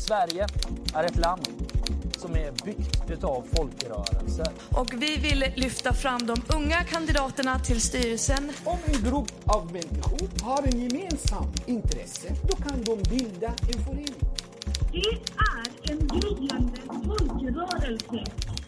Sverige är ett land som är byggt utav folkrörelser. Och vi vill lyfta fram de unga kandidaterna till styrelsen. Om en grupp av människor har en gemensam intresse, då kan de bilda en förening. Det är en gryende folkrörelse.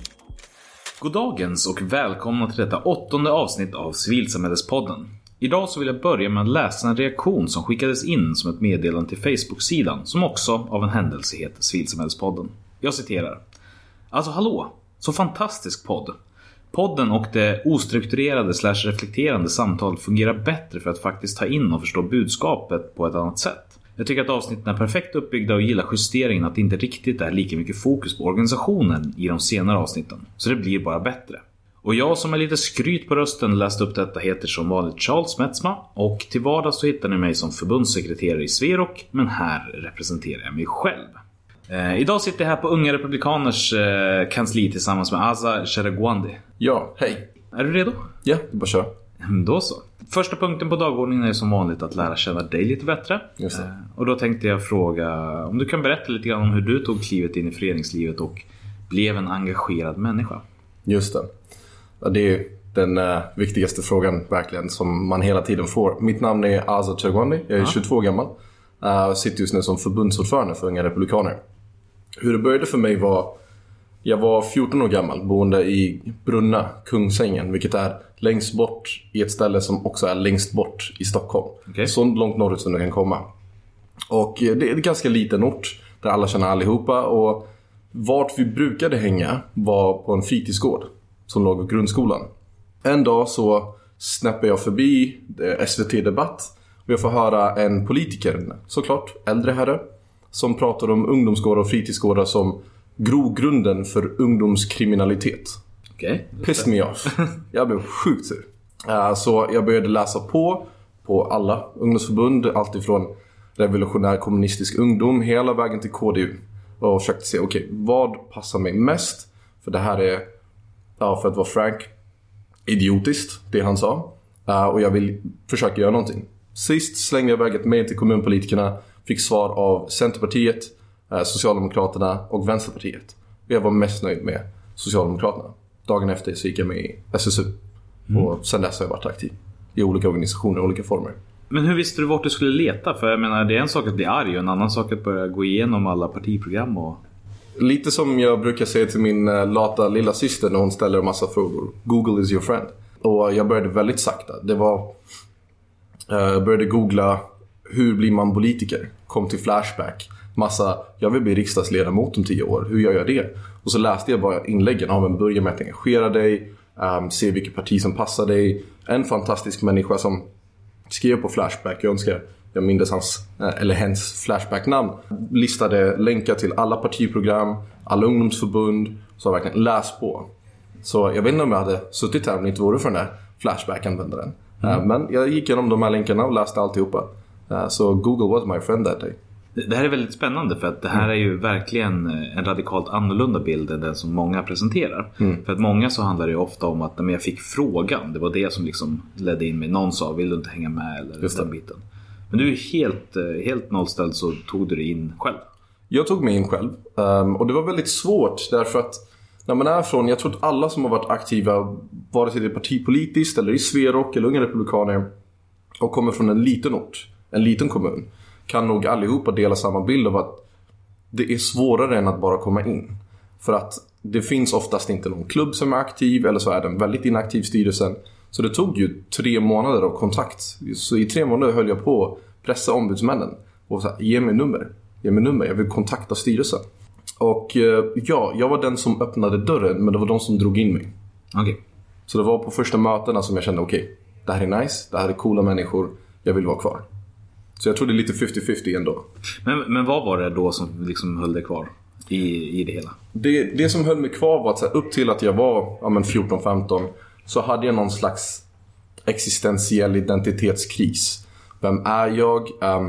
Goddagens och välkomna till detta 8:e avsnitt av Civilsamhällespodden. Idag så vill jag börja med att läsa en reaktion som skickades in som ett meddelande till Facebook-sidan som också av en händelse heter Civilsamhällespodden. Jag citerar. Alltså hallå, så fantastisk podd. Podden och det ostrukturerade / reflekterande samtalet fungerar bättre för att faktiskt ta in och förstå budskapet på ett annat sätt. Jag tycker att avsnitten är perfekt uppbyggda och gillar justeringen att det inte riktigt är lika mycket fokus på organisationen i de senare avsnitten. Så det blir bara bättre. Och jag som är lite skryt på rösten läste upp detta heter som vanligt Charles Metzma. Och till vardags så hittar ni mig som förbundssekreterare i Sverok, men här representerar jag mig själv. Idag sitter jag här på Unga Republikaners kansli tillsammans med Aza Cheragwandi. Ja, hej. Är du redo? Ja, det bara kör. Då så. Första punkten på dagordningen är som vanligt att lära känna dig lite bättre. Just det. Och då tänkte jag fråga om du kan berätta lite grann om hur du tog klivet in i föreningslivet och blev en engagerad människa. Just det. Ja, det är ju den viktigaste frågan verkligen som man hela tiden får. Mitt namn är Aza Cheragwandi. Jag är 22 gammal. Jag sitter just nu som förbundsordförande för Unga Republikaner. Hur det började för mig var... Jag var 14 år gammal, boende i Brunna, Kungsängen, vilket är längst bort i ett ställe som också är längst bort i Stockholm. Okay. Så långt norrut som det kan komma. Och det är en ganska liten ort där alla känner allihopa. Och vart vi brukade hänga var på en fritidsgård som låg vid grundskolan. En dag så snäppade jag förbi SVT-debatt och jag får höra en politiker, såklart äldre herre, som pratar om ungdomsgårdar och fritidsgårdar som grogrunden för ungdomskriminalitet. Okay. Pissed me off. Jag blev sjukt sur. Så jag började läsa på alla ungdomsförbund, allt ifrån revolutionär kommunistisk ungdom hela vägen till KDU. Och försökte se, okej, vad passar mig mest? För det här är, för att vara frank, idiotiskt, det han sa. Och jag vill försöka göra någonting. Sist slängde jag iväg ett mejl till kommunpolitikerna. Fick svar av Centerpartiet, Socialdemokraterna och Vänsterpartiet. Jag var mest nöjd med Socialdemokraterna. Dagen efter så gick jag med i SSU. Och sen dess har jag varit aktiv i olika organisationer och olika former. Men hur visste du vart du skulle leta? För jag menar, det är en sak att bli arg och en annan sak att börja gå igenom alla partiprogram och... Lite som jag brukar säga till min lata lilla syster när hon ställer en massa frågor. Google is your friend. Och jag började väldigt sakta. Jag började googla hur blir man politiker? Kom till Flashback. Jag vill bli riksdagsledamot om 10 år. Hur gör jag det? Och så läste jag bara inläggen av en början med att engagera dig. Se vilket parti som passar dig. En fantastisk människa som skrev på Flashback. Jag önskar jag minns hans eller hens Flashback-namn. Listade länkar till alla partiprogram, alla ungdomsförbund. Så jag verkligen läst på. Så jag vet inte om jag hade suttit här om det inte vore för den där Flashback-användaren. Men jag gick igenom de här länkarna och läste alltihopa. Så Google was my friend that day. Det här är väldigt spännande för att det här är ju verkligen en radikalt annorlunda bild än den som många presenterar. För att många så handlar det ju ofta om att när jag fick frågan, det var det som liksom ledde in mig. Någon sa, vill du inte hänga med eller den biten. Men du är helt nollställd, så tog du dig in själv. Jag tog mig in själv och det var väldigt svårt därför att när man är från, jag tror att alla som har varit aktiva, vare sig det är partipolitiskt eller i Sverok eller Unga Republikaner och kommer från en liten ort, en liten kommun, kan nog allihopa dela samma bild av att det är svårare än att bara komma in. För att det finns oftast inte någon klubb som är aktiv, eller så är den väldigt inaktiv styrelsen. Så det tog ju 3 månader av kontakt. Så i 3 månader höll jag på att pressa ombudsmännen och så här, ge mig nummer, jag vill kontakta styrelsen. Och jag var den som öppnade dörren, men det var de som drog in mig. Okay. Så det var på första mötena som jag kände, okej, det här är nice, det här är coola människor, jag vill vara kvar. Så jag tror det är lite 50-50 ändå. Men vad var det då som liksom höll dig kvar i det hela? Det som höll mig kvar var att så här, upp till att jag var 14-15 så hade jag någon slags existentiell identitetskris. Vem är jag?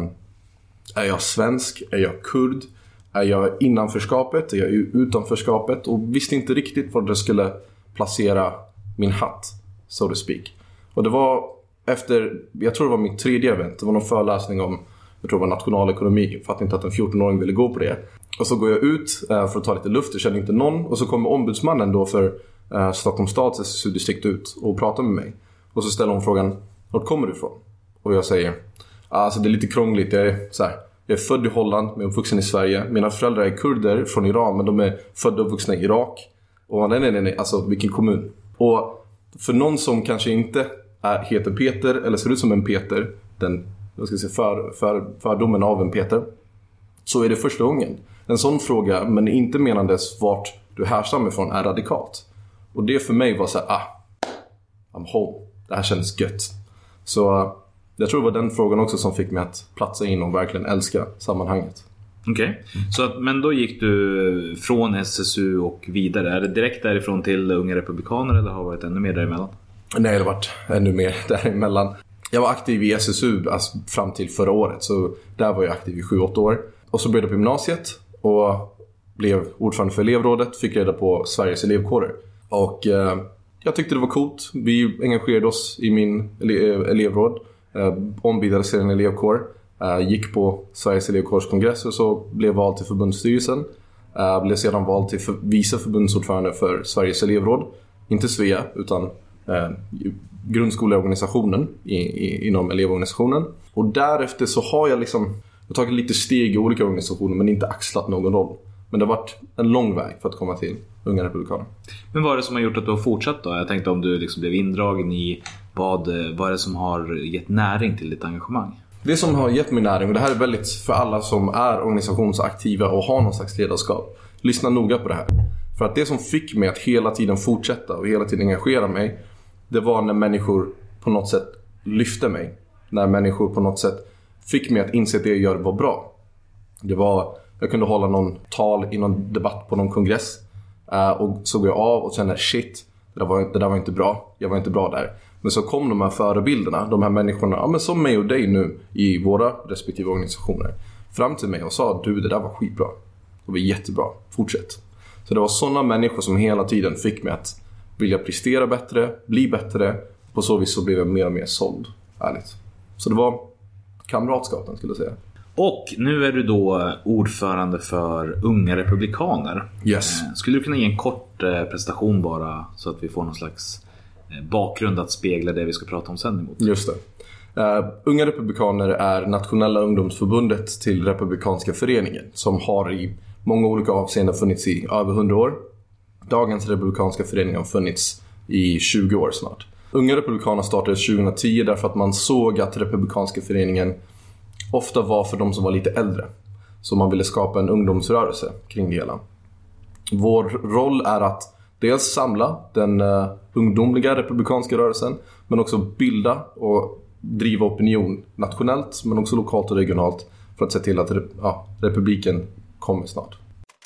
Är jag svensk? Är jag kurd? Är jag innanförskapet? Är jag utanförskapet? Och visste inte riktigt var det skulle placera min hatt, so to speak. Och det var efter, jag tror det var mitt 3:e event. Det var någon föreläsning om, jag tror det var nationalekonomi. Jag fattade inte att en 14-åring ville gå på det. Och så går jag ut för att ta lite luft, jag känner inte någon. Och så kommer ombudsmannen då för Stockholms stads SSU-distrikt ut och pratar med mig. Och så ställer hon frågan, vart kommer du ifrån? Och jag säger, alltså det är lite krångligt, jag är född i Holland men uppvuxen i Sverige. Mina föräldrar är kurder från Iran men de är födda och uppvuxna i Irak. Och nej, alltså vilken kommun. Och för någon som kanske inte heter Peter eller ser ut som en Peter, den fördomen av en Peter, så är det första gången. En sån fråga, men inte menandes vart du härstammar ifrån, är radikalt. Och det för mig var så här, I'm home. Det här kändes gött. Så jag tror det var den frågan också som fick mig att platsa in och verkligen älska sammanhanget. Okej. Men då gick du från SSU och vidare. Är det direkt därifrån till Unga Republikaner eller har det varit ännu mer däremellan? Nej, det har varit ännu mer däremellan. Jag var aktiv i SSU alltså, fram till förra året. Så där var jag aktiv i 7-8 år. Och så började jag på gymnasiet och blev ordförande för elevrådet. Fick reda på Sveriges elevkårer. Och jag tyckte det var coolt. Vi engagerade oss i min elevråd. Ombildade en elevkår. Gick på Sveriges elevkårskongress och så blev vald till förbundsstyrelsen. Blev sedan vald till vice förbundsordförande för Sveriges elevråd. Inte Svea utan grundskoleorganisationen inom elevorganisationen. Och därefter så har jag tagit lite steg i olika organisationer men inte axlat någon roll. Men det har varit en lång väg för att komma till Unga Republikaner. Men vad är det som har gjort att du har fortsatt då? Jag tänkte om du blev indragen i vad är det som har gett näring till ditt engagemang? Det som har gett mig näring, och det här är väldigt för alla som är organisationsaktiva och har någon slags ledarskap. Lyssna noga på det här. För att det som fick mig att hela tiden fortsätta och hela tiden engagera mig, det var när människor på något sätt lyfte mig. När människor på något sätt fick mig att inse att det jag gör var bra. Jag kunde hålla någon tal i någon debatt på någon kongress. Och så går jag av och känner shit, det där var inte bra. Jag var inte bra där. Men så kom de här förebilderna, de här människorna, men som mig och dig nu i våra respektive organisationer, fram till mig och sa, du, det där var skitbra. Det var jättebra, fortsätt. Så det var sådana människor som hela tiden fick mig att vilja prestera bättre, bli bättre. På så vis så blev jag mer och mer såld, ärligt. Så det var kamratskapen skulle jag säga. Och nu är du då ordförande för Unga Republikaner. Yes. Skulle du kunna ge en kort presentation bara så att vi får någon slags bakgrund att spegla det vi ska prata om sen emot? Just det. Unga Republikaner är nationella ungdomsförbundet till Republikanska föreningen som har i många olika avseenden funnits i över 100 år. Dagens Republikanska förening har funnits i 20 år snart. Unga Republikaner startades 2010 därför att man såg att Republikanska föreningen ofta var för de som var lite äldre. Så man ville skapa en ungdomsrörelse kring det hela. Vår roll är att dels samla den ungdomliga republikanska rörelsen, men också bilda och driva opinion nationellt men också lokalt och regionalt för att se till att republiken kommer snart.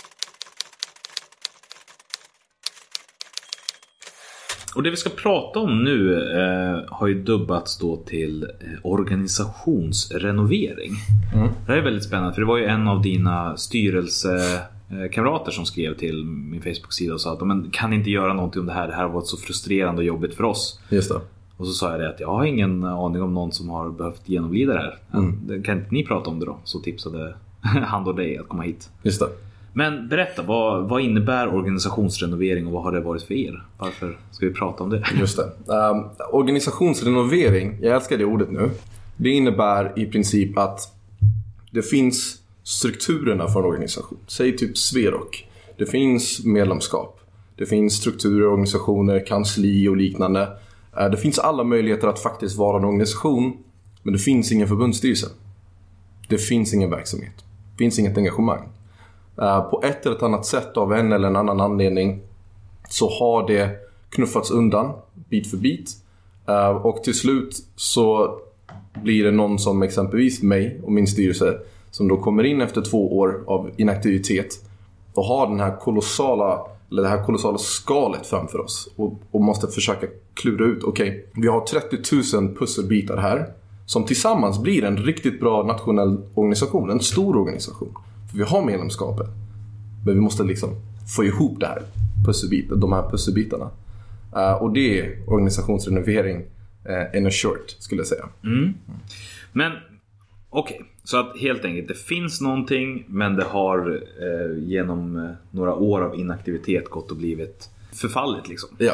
Och det vi ska prata om nu har ju dubbats då till organisationsrenovering. Det här är väldigt spännande för det var ju en av dina styrelsekamrater som skrev till min Facebook-sida och sa att men kan inte göra någonting om det här har varit så frustrerande och jobbigt för oss. Just det. Och så sa jag det att jag har ingen aning om någon som har behövt genomlida det här. Kan inte ni prata om det då? Så tipsade han och dig att komma hit. Just det. Men berätta, vad innebär organisationsrenovering och vad har det varit för er? Varför ska vi prata om det? Just det. Organisationsrenovering, jag älskar det ordet nu. Det innebär i princip att det finns strukturerna för en organisation. Säg typ Sverok. Det finns medlemskap. Det finns strukturer, organisationer, kansli och liknande. Det finns alla möjligheter att faktiskt vara en organisation. Men det finns ingen förbundsstyrelse. Det finns ingen verksamhet. Det finns inget engagemang. På ett eller annat sätt av en eller en annan anledning så har det knuffats undan bit för bit. Och till slut så blir det någon som exempelvis mig och min styrelse som då kommer in efter 2 år av inaktivitet och har det här kolossala skalet framför oss och måste försöka klura ut, okej, vi har 30 000 pusselbitar här som tillsammans blir en riktigt bra nationell organisation, en stor organisation. För vi har medlemskapet. Men vi måste få ihop det här de här pusselbitarna. Och det är organisationsrenovering in a short, skulle jag säga. Men Okej, så att helt enkelt det finns någonting, men det har genom några år av inaktivitet gått och blivit förfallet liksom. Ja.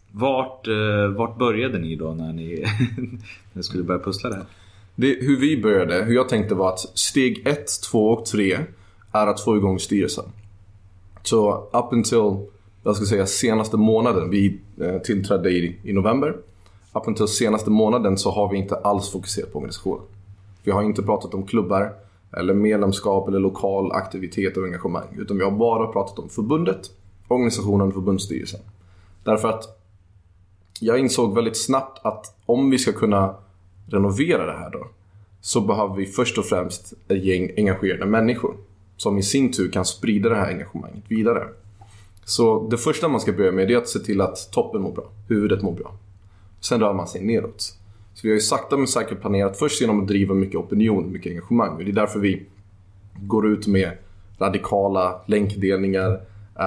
Vart började ni då när ni skulle börja pussla det här? Hur vi började, hur jag tänkte var att steg 1, 2 och 3 är att få igång styrelsen. Så up until, jag ska säga senaste månaden, vi tillträdde i november. Up until senaste månaden så har vi inte alls fokuserat på organisationen. Vi har inte pratat om klubbar eller medlemskap eller lokal aktivitet och engagemang. Utan vi har bara pratat om förbundet, organisationen och förbundsstyrelsen. Därför att jag insåg väldigt snabbt att om vi ska kunna renovera det här då, så behöver vi först och främst ett gäng engagerade människor som i sin tur kan sprida det här engagemanget vidare. Så det första man ska börja med är att se till att toppen mår bra, huvudet mår bra. Sen rör man sig neråt. Så vi har ju sakta men säkert planerat först genom att driva mycket opinion, mycket engagemang. Och det är därför vi går ut med radikala länkdelningar,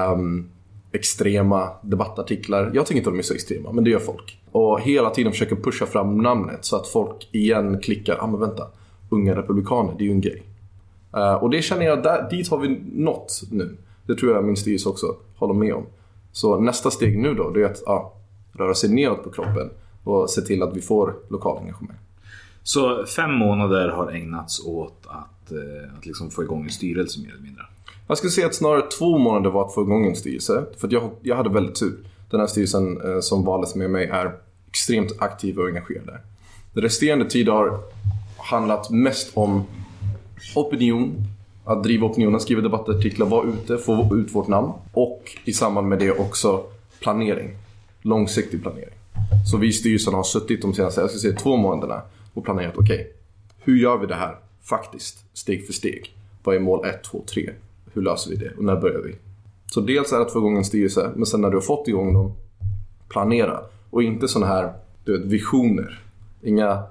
extrema debattartiklar. Jag tycker inte de är så extrema, men det gör folk. Och hela tiden försöker pusha fram namnet så att folk igen klickar, men vänta, unga republikaner, det är ju en grej. Och det känner jag, dit har vi nått nu. Det tror jag min styrelse också håller med om. Så nästa steg nu då, det är att röra sig neråt på kroppen och se till att vi får lokal engagemang. Så 5 månader har ägnats åt att liksom få igång en styrelse mer eller mindre? Jag skulle säga att snarare 2 månader var att få igång en styrelse. För att jag hade väldigt tur. Den här styrelsen som valdes med mig är extremt aktiv och engagerad. Den resterande tid har handlat mest om opinion. Att driva opinionen, skriva debattartiklar, vara ute, få ut vårt namn. Och i samband med det också planering. Långsiktig planering. Så vi i styrelsen har suttit de senaste, jag ska säga 2 månaderna och planerat, okej, hur gör vi det här faktiskt, steg för steg? Vad är mål 1, 2, 3? Hur löser vi det? Och när börjar vi? Så dels är det att få igång en styrelse, men sen när du har fått igång dem, planera. Och inte såna här visioner. Inga,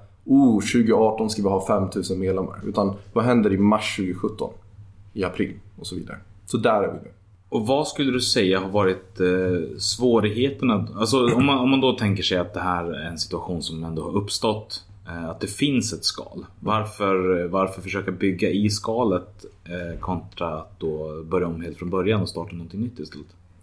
2018 ska vi ha 5000 medlemmar. Utan vad händer i mars 2017? I april och så vidare. Så där är vi nu. Och vad skulle du säga har varit svårigheterna? Alltså om man då tänker sig att det här är en situation som ändå har uppstått. Att det finns ett skal. Varför försöka bygga i skalet kontra att då börja om helt från början och starta någonting nytt istället?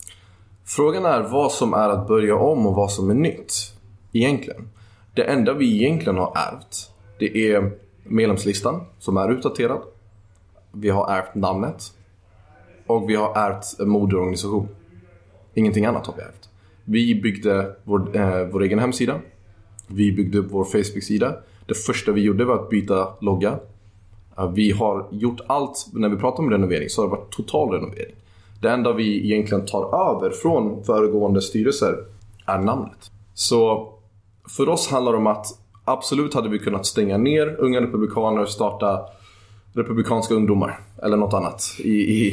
Frågan är vad som är att börja om och vad som är nytt egentligen. Det enda vi egentligen har ärvt, det är medlemslistan som är utdaterad. Vi har ärvt namnet. Och vi har ärvt en moderorganisation. Ingenting annat har vi ärvt. Vi byggde vår egen hemsida. Vi byggde upp vår Facebook-sida. Det första vi gjorde var att byta logga. Vi har gjort allt. När vi pratar om renovering så har det varit total renovering. Det enda vi egentligen tar över från föregående styrelser är namnet. Så för oss handlar det om att absolut hade vi kunnat stänga ner unga republikaner och starta republikanska ungdomar eller något annat i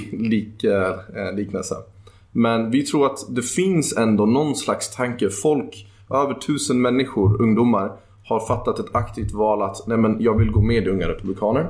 liknelse. Men vi tror att det finns ändå någon slags tanke. Folk, över 1000 människor, ungdomar, har fattat ett aktivt val att nej, men jag vill gå med i unga republikaner.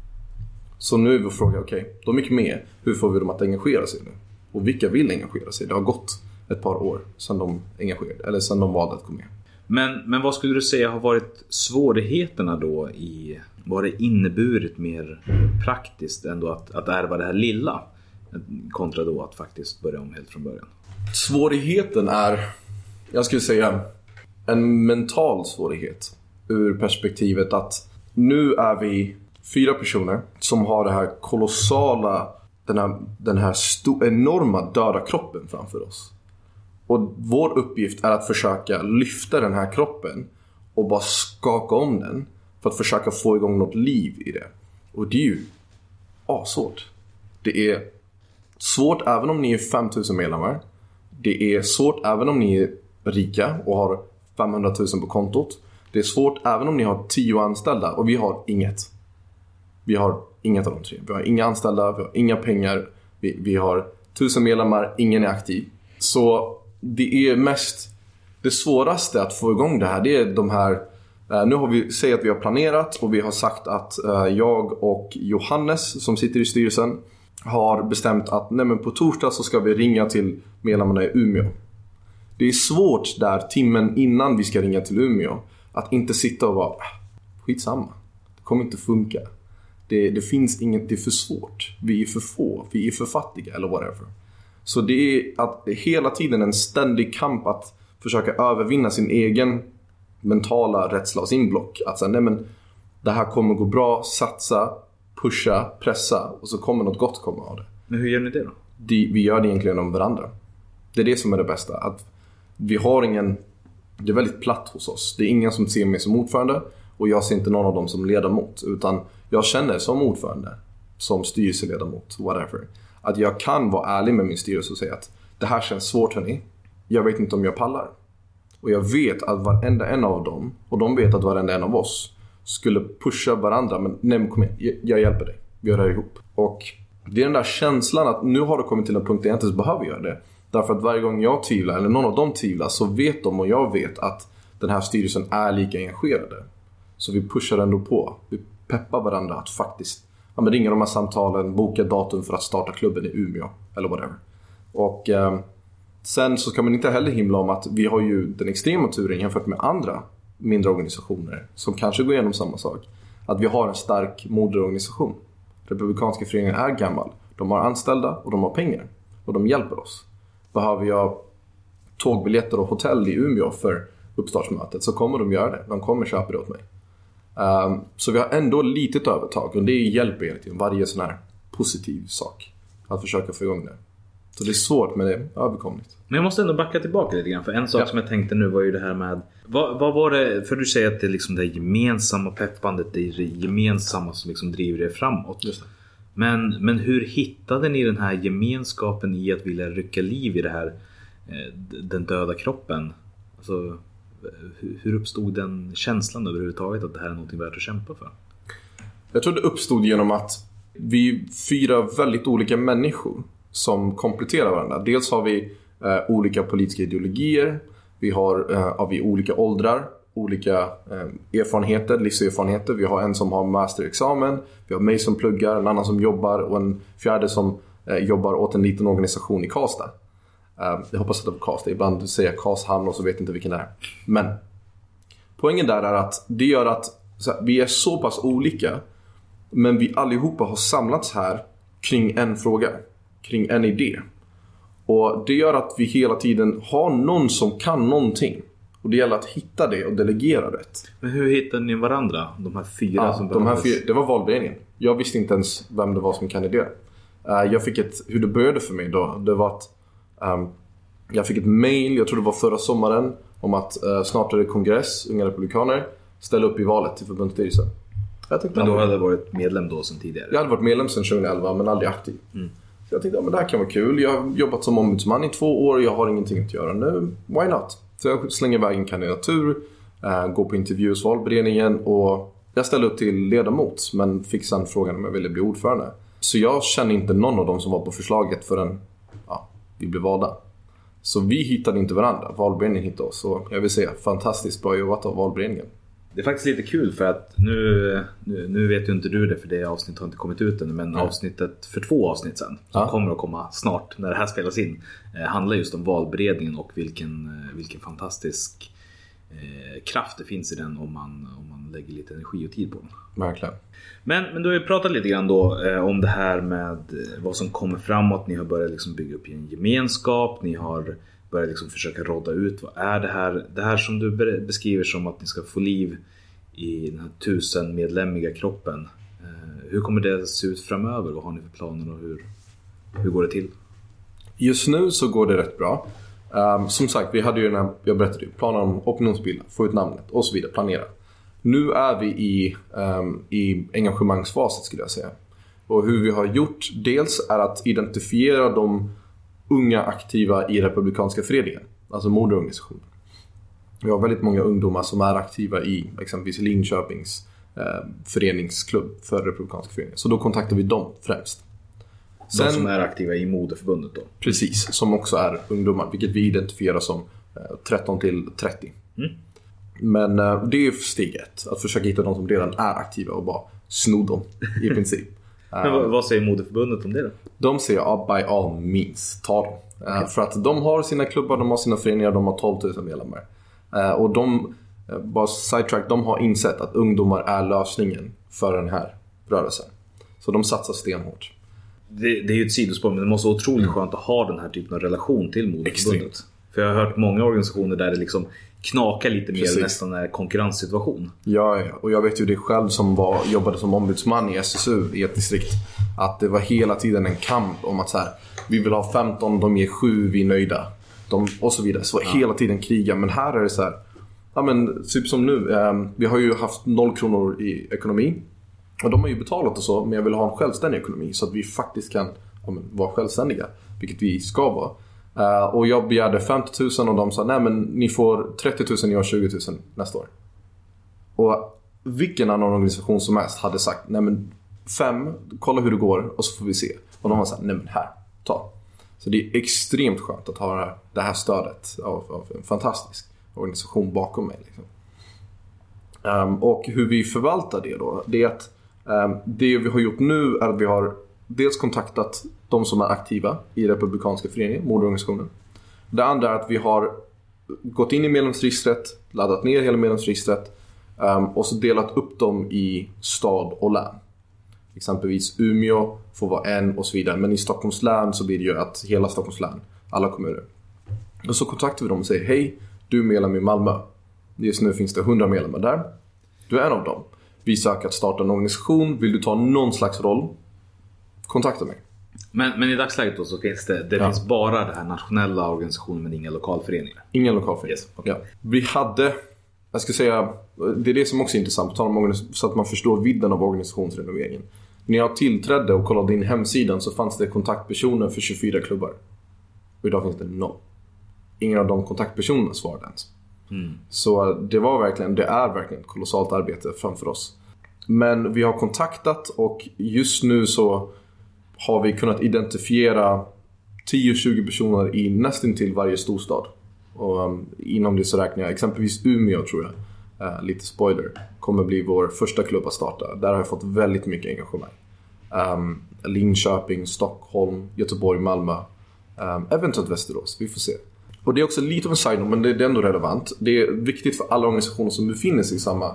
Så nu är vi och frågar, okej, de gick med. Hur får vi dem att engagera sig nu? Och vilka vill engagera sig? Det har gått ett par år sedan de engagerade, eller sedan de valde att gå med. Men vad skulle du säga har varit svårigheterna då vad det inneburit mer praktiskt ändå att ärva det här lilla kontra då att faktiskt börja om helt från början? Svårigheten är, jag skulle säga, en mental svårighet ur perspektivet att nu är vi 4 personer som har det här kolossala, den här enorma döda kroppen framför oss. Och vår uppgift är att försöka lyfta den här kroppen och bara skaka om den för att försöka få igång något liv i det. Och det är ju svårt. Det är svårt även om ni är 5000 medlemmar. Det är svårt även om ni är rika och har 500 000 på kontot. Det är svårt även om ni har 10 anställda och vi har inget. Vi har inget av de 3. Vi har inga anställda, vi har inga pengar. Vi har 1000 medlemmar, ingen är aktiv. Så det är mest det svåraste att få igång det här. Det är de här, nu har vi säger att vi har planerat och vi har sagt att jag och Johannes som sitter i styrelsen har bestämt att nej, men på torsdag så ska vi ringa till medlemmarna i Umeå. Det är svårt där timmen innan vi ska ringa till Umeå att inte sitta och vara skitsamma. Det kommer inte funka. Det finns inget, det är för svårt. Vi är för få, vi är för fattiga eller whatever. Så det är att hela tiden en ständig kamp att försöka övervinna sin egen mentala rädsla och sin block. Att säga, nej men det här kommer gå bra, satsa, pusha, pressa och så kommer något gott komma av det. Men hur gör ni det då? Vi gör det egentligen om varandra. Det är det som är det bästa. Att vi har ingen, det är väldigt platt hos oss. Det är ingen som ser mig som ordförande och jag ser inte någon av dem som ledamot. Utan jag känner som ordförande, som styrelseledamot, whatever. Att jag kan vara ärlig med min styrelse och säga att det här känns svårt hörni. Jag vet inte om jag pallar. Och jag vet att varenda en av dem, och de vet att varenda en av oss skulle pusha varandra. Men nej, kom igen, jag hjälper dig. Vi gör det här ihop. Och det är den där känslan att nu har det kommit till en punkt där jag inte ens behöver göra det. Därför att varje gång jag tvivlar, eller någon av dem tvivlar, så vet de och jag vet att den här styrelsen är lika engagerade. Så vi pushar ändå på. Vi peppar varandra att faktiskt ringa de här samtalen, boka datum för att starta klubben i Umeå eller whatever. Och sen så ska man inte heller himla om att vi har ju den extrema turen jämfört med andra mindre organisationer som kanske går igenom samma sak. Att vi har en stark moderorganisation. Republikanska föreningen är gammal. De har anställda och de har pengar. Och de hjälper oss. Behöver jag tågbiljetter och hotell i Umeå för uppstartsmötet så kommer de göra det. De kommer köpa det åt mig. Så vi har ändå litet övertag. Och det hjälper hela tiden. Varje sån här positiv sak. Att försöka få igång det. Så det är svårt men det är överkomligt. Men jag måste ändå backa tillbaka lite grann. För en sak som jag tänkte nu var ju det här med... Vad var det... För du säger att det är liksom det gemensamma peppandet. Det är det gemensamma som liksom driver det framåt. Just det. Men hur hittade ni den här gemenskapen i att vilja rycka liv i det här, den döda kroppen? Alltså, hur uppstod den känslan överhuvudtaget att det här är något värt att kämpa för? Jag tror det uppstod genom att vi fyra väldigt olika människor som kompletterar varandra. Dels har vi olika politiska ideologier, vi har vi olika åldrar, olika erfarenheter, livserfarenheter. Vi har en som har masterexamen, vi har mig som pluggar, en annan som jobbar och en fjärde som jobbar åt en liten organisation i Karlstad. Jag hoppas att det var Karlstad, ibland säger jag Karlshamn och så vet inte vilken det är. Men poängen där är att det gör att vi är så pass olika, men vi allihopa har samlats här kring en fråga, kring en idé. Och det gör att vi hela tiden har någon som kan någonting. Och det gäller att hitta det och delegera det. Men hur hittade ni varandra? De här fyra som de här fyra, det var valberedningen. Jag visste inte ens vem det var som kandiderade. Jag fick hur det började för mig då. Det var att jag fick ett mail, jag tror det var förra sommaren, om att snart är det kongress, unga republikaner, ställa upp i valet till förbundsstyrelsen. Men då hade du varit medlem då sedan tidigare? Jag hade varit medlem sedan 2011 men aldrig aktiv. Så jag tänkte, men det här kan vara kul. Jag har jobbat som ombudsman i 2 år, jag har ingenting att göra nu. Why not? Så jag slänger iväg en kandidatur, går på intervju hos valberedningen och jag ställde upp till ledamot men fick sedan frågan om jag ville bli ordförande. Så jag kände inte någon av dem som var på förslaget förrän vi blev valda. Så vi hittade inte varandra, valberedningen hittade oss. Så jag vill säga, fantastiskt bra jobbat av valberedningen. Det är faktiskt lite kul för att nu vet ju inte du det för det avsnittet har inte kommit ut ännu. Men avsnittet för 2 avsnitt sen som kommer att komma snart när det här spelas in handlar just om valberedningen och vilken fantastisk kraft det finns i den om man lägger lite energi och tid på den. Verkligen. Men du har ju pratat lite grann då om det här med vad som kommer framåt. Ni har börjat liksom bygga upp en gemenskap. Ni har börjat liksom försöka råda ut vad är det här som du beskriver som att ni ska få liv i den här 1000-medlemmiga kroppen. Hur kommer det se ut framöver? Vad har ni för planer och hur går det till? Just nu så går det rätt bra. Som sagt, vi hade ju jag berättade ju planer om opinionsbilden, få ut namnet och så vidare, planera. Nu är vi i engagemangsfaset skulle jag säga. Och hur vi har gjort dels är att identifiera de unga aktiva i Republikanska föreningen, alltså moderorganisationen. Vi har väldigt många ungdomar som är aktiva i exempelvis Linköpings föreningsklubb för Republikanska föreningen. Så då kontaktar vi dem främst. Sen, de som är aktiva i moderförbundet då? Precis, som också är ungdomar, vilket vi identifierar som 13 till 30. Men det är steg 1, att försöka hitta de som redan är aktiva och bara sno dem i princip. Men vad säger moderförbundet om det då? De säger by all means, ta dem. För att de har sina klubbar, de har sina föreningar, de har 12 000 medlemmar. Och bara sidetrack, de har insett att ungdomar är lösningen för den här rörelsen. Så de satsar stenhårt. Det är ju ett sidospår, men det måste vara otroligt skönt att ha den här typen av relation till moderförbundet. För jag har hört många organisationer där det liksom knakar lite mer, nästan en konkurrenssituation. Ja, och jag vet ju det själv som jobbade som ombudsman i SSU i ett distrikt. Att det var hela tiden en kamp om att så här, vi vill ha 15, de ger 7, vi är nöjda. Och så vidare. Så hela tiden kriga. Men här är det så här, ja men typ som nu, vi har ju haft 0 kronor i ekonomi. Och de har ju betalat och så, men jag vill ha en självständig ekonomi så att vi faktiskt kan vara självständiga, vilket vi ska vara. Och jag begärde 50 000 och de sa, nej men ni får 30 000, ni har 20 000 nästa år. Och vilken annan organisation som helst hade sagt, nej men 5, kolla hur det går och så får vi se. Och de har sagt, nej men här, ta. Så det är extremt skönt att ha det här stödet av en fantastisk organisation bakom mig. Liksom. Och hur vi förvaltar det då, det är att det vi har gjort nu är att vi har dels kontaktat de som är aktiva i Republikanska föreningen, moderorganisationen. Det andra är att vi har gått in i medlemsregistret, laddat ner hela medlemsregistret och så delat upp dem i stad och län. Exempelvis Umeå får vara en och så vidare. Men i Stockholms län så blir det ju att hela Stockholms län, alla kommuner. Och så kontaktar vi dem och säger, hej, du är medlem i Malmö. Just nu finns det 100 medlemmar där. Du är en av dem. Vi söker att starta en organisation. Vill du ta någon slags roll? Kontakta mig. Men i dagsläget då så finns det finns bara den här nationella organisationen men inga lokalföreningar. Inga lokalföreningar. Yes, okay. Ja. Vi hade, jag ska säga, det är det som också är intressant så att man förstår vidden av organisationsrenoveringen. När jag tillträdde och kollade in hemsidan så fanns det kontaktpersoner för 24 klubbar. Och idag finns det 0. Ingen av de kontaktpersonerna svarade ens. Så det är verkligen ett kolossalt arbete framför oss. Men vi har kontaktat och just nu så har vi kunnat identifiera 10-20 personer i nästan till varje storstad. Och inom det så räknar jag exempelvis Umeå, tror jag, lite spoiler, kommer bli vår första klubb att starta. Där har jag fått väldigt mycket engagemang. Linköping, Stockholm, Göteborg, Malmö, eventuellt Västerås, vi får se. Och det är också lite av en side note, men det är ändå relevant. Det är viktigt för alla organisationer som befinner sig i samma,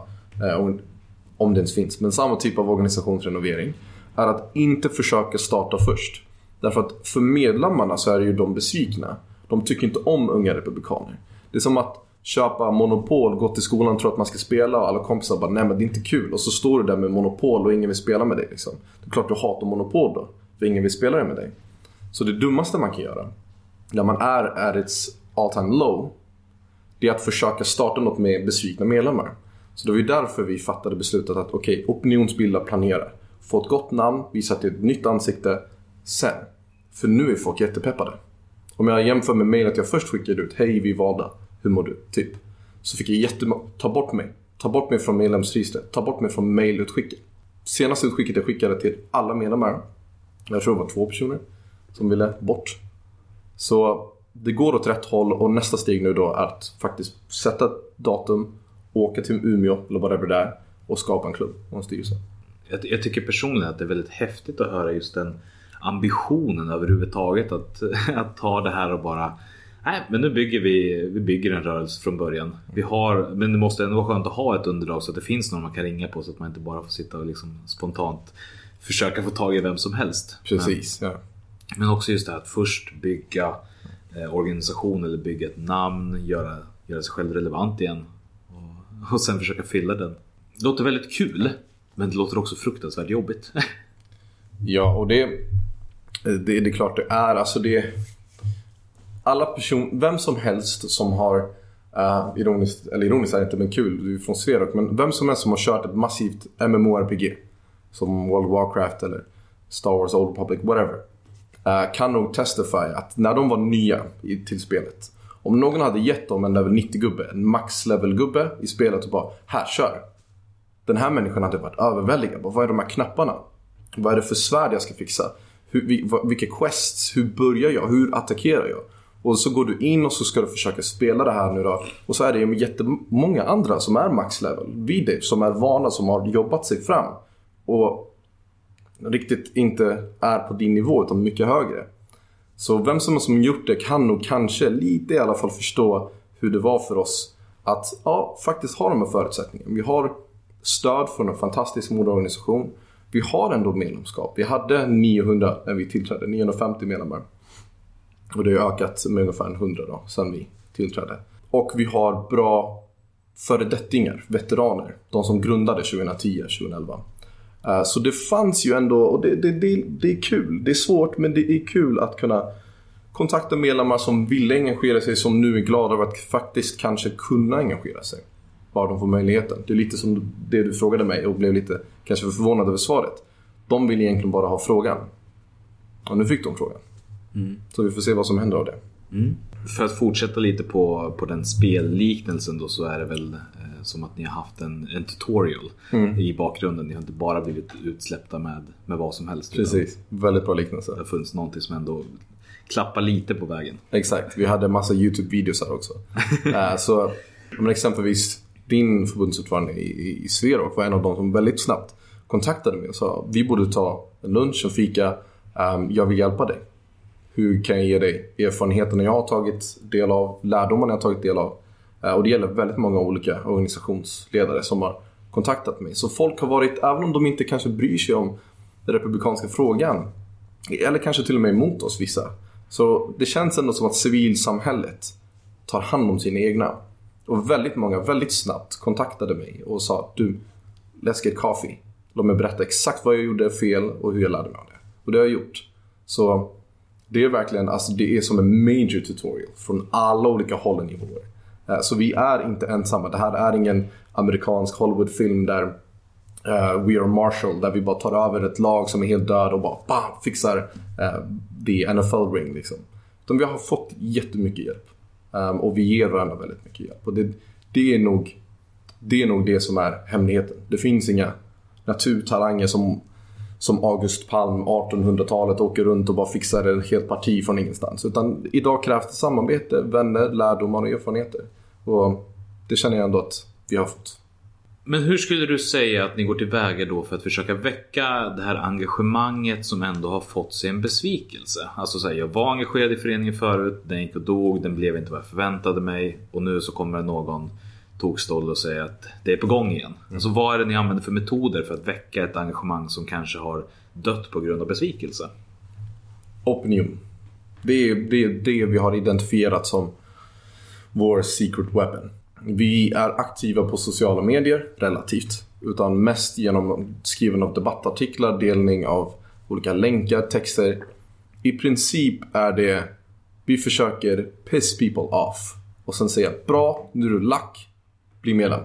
om det ens finns, men samma typ av organisationsrenovering, är att inte försöka starta först. Därför att för medlemmarna så är det ju de besvikna. De tycker inte om unga republikaner. Det är som att köpa Monopol, gå till skolan, tror att man ska spela och alla kompisar bara, nej men det är inte kul. Och så står du där med Monopol och ingen vill spela med dig liksom. Det är klart du hatar Monopol då, för ingen vill spela med dig. Så det dummaste man kan göra när man är at its all time low, det är att försöka starta något med besvikna medlemmar. Så det var ju därför vi fattade beslutet att opinionsbilda, planera, få ett gott namn, visa till ett nytt ansikte sen. För nu är folk jättepeppade. Om jag jämför med mejl att jag först skickade ut, hej vi är valda, hur mår du? Typ. Så fick jag ta bort mig från medlemsregistret, ta bort mig från mejlutskicket. Senaste utskicket jag skickade till alla medlemmar, jag tror det var 2 personer som ville bort. Så det går åt rätt håll och nästa steg nu då är att faktiskt sätta ett datum, åka till Umeå eller whatever det är och skapa en klubb och en styrelse. Jag tycker personligen att det är väldigt häftigt att höra just den ambitionen överhuvudtaget att ta det här och bara, nej men nu bygger en rörelse från början. Men det måste ändå vara skönt att ha ett underlag så att det finns någon man kan ringa på så att man inte bara får sitta och liksom spontant försöka få tag i vem som helst. Precis, Men också just det här att först bygga organisation eller bygga ett namn, göra sig själv relevant igen och sen försöka fylla den. Det låter väldigt kul, men det låter också fruktansvärt jobbigt. Ja, och det är klart det är. Alltså det vem som helst som har ironiskt är det inte, men kul, du är från Sverok, men vem som helst som har kört ett massivt MMORPG som World of Warcraft eller Star Wars Old Republic, whatever, kan nog testify att när de var nya till spelet, om någon hade gett dem en level 90-gubbe, en max-level-gubbe i spelet och bara, här, kör. Den här människan hade varit överväldigad. Vad är de här knapparna? Vad är det för svärd jag ska fixa? Vilka quests? Hur börjar jag? Hur attackerar jag? Och så går du in och så ska du försöka spela det här nu då. Och så är det jättemånga andra som är max-level vid det, som är vana, som har jobbat sig fram. Och riktigt inte är på din nivå utan mycket högre. Så vem som har gjort det kan nog kanske lite i alla fall förstå hur det var för oss att faktiskt ha de här förutsättningarna. Vi har stöd från en fantastisk moderorganisation. vi har ändå medlemskap. Vi hade 900 när vi tillträdde, 950 medlemmar. Och det har ökat med ungefär 100 då, sedan vi tillträdde. Och vi har bra föredettingar, veteraner. De som grundade 2010-2011. Så det fanns ju ändå, och det är kul. Det är svårt, men det är kul att kunna kontakta medlemmar som vill engagera sig, som nu är glada över att faktiskt kanske kunna engagera sig. Bara de får möjligheten. Det är lite som det du frågade mig och blev lite kanske förvånad över svaret. De vill egentligen bara ha frågan. Och nu fick de frågan. Så vi får se vad som händer av det. För att fortsätta lite på den spelliknelsen då, så är det väl som att ni har haft en tutorial i bakgrunden. Ni har inte bara blivit utsläppta med vad som helst. Precis, väldigt bra liknelse. Det har funnits någonting som ändå klappar lite på vägen. Exakt, vi hade massa YouTube-videos här också. Så men exempelvis din förbundsordförande i Sverok var en av dem som väldigt snabbt kontaktade mig och sa: vi borde ta en lunch och fika, jag vill hjälpa dig. Hur kan jag ge dig erfarenheterna jag har tagit del av, lärdomarna jag har tagit del av. Och det gäller väldigt många olika organisationsledare som har kontaktat mig. Så folk har varit, även om de inte kanske bryr sig om den republikanska frågan, eller kanske till och med emot oss vissa, så det känns ändå som att civilsamhället tar hand om sina egna. Och väldigt många väldigt snabbt kontaktade mig och sa: du, let's get coffee. Låt mig berätta exakt vad jag gjorde fel och hur jag lärde mig av det. Och det har jag gjort. Så det är verkligen, alltså det är som en major tutorial från alla olika håll och nivåer. Så vi är inte ensamma. Det här är ingen amerikansk Hollywoodfilm där We Are Marshall, där vi bara tar över ett lag som är helt död och bara bam, fixar the NFL ring liksom. Vi har fått jättemycket hjälp. Och vi ger varandra väldigt mycket hjälp. Och det är nog det som är hemligheten. Det finns inga naturtalanger som August Palm 1800-talet åker runt och bara fixar ett helt parti från ingenstans. Utan idag krävs det samarbete, vänner, lärdomar och erfarenheter. Och det känner jag ändå att vi har fått. Men hur skulle du säga att ni går tillväga då för att försöka väcka det här engagemanget som ändå har fått sig en besvikelse? Alltså så här, jag var engagerad i föreningen förut, den gick och dog, den blev inte vad jag förväntade mig, och nu så kommer någon tokstoll och säger att det är på gång igen. Alltså vad är det ni använder för metoder för att väcka ett engagemang som kanske har dött på grund av besvikelse? Opinion. Det är det vi har identifierat som vår secret weapon. Vi är aktiva på sociala medier relativt, utan mest genom skriven av debattartiklar, delning av olika länkar, texter. I princip är det, vi försöker piss people off och sen säga: bra, nu är du lack, bli medlem.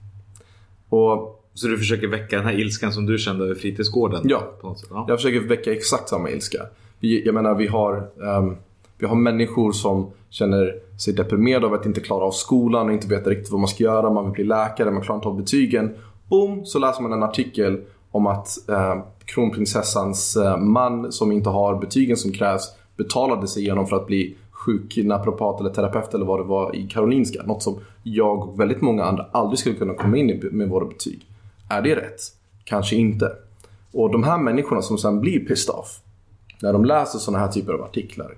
Och så du försöker väcka den här ilskan som du kände över fritidsgården? Ja, på något sätt. Ja. Jag försöker väcka exakt samma ilska. Jag menar, vi har människor som känner sig deprimerade av att inte klara av skolan och inte veta riktigt vad man ska göra. Man vill bli läkare, man klarar inte av betygen. Boom, så läser man en artikel om att kronprinsessans man som inte har betygen som krävs betalade sig igenom för att bli sjuk naprapat eller terapeut eller vad det var i Karolinska. Något som jag och väldigt många andra aldrig skulle kunna komma in i med våra betyg. Är det rätt? Kanske inte. Och de här människorna som sen blir pissed off när de läser sådana här typer av artiklar,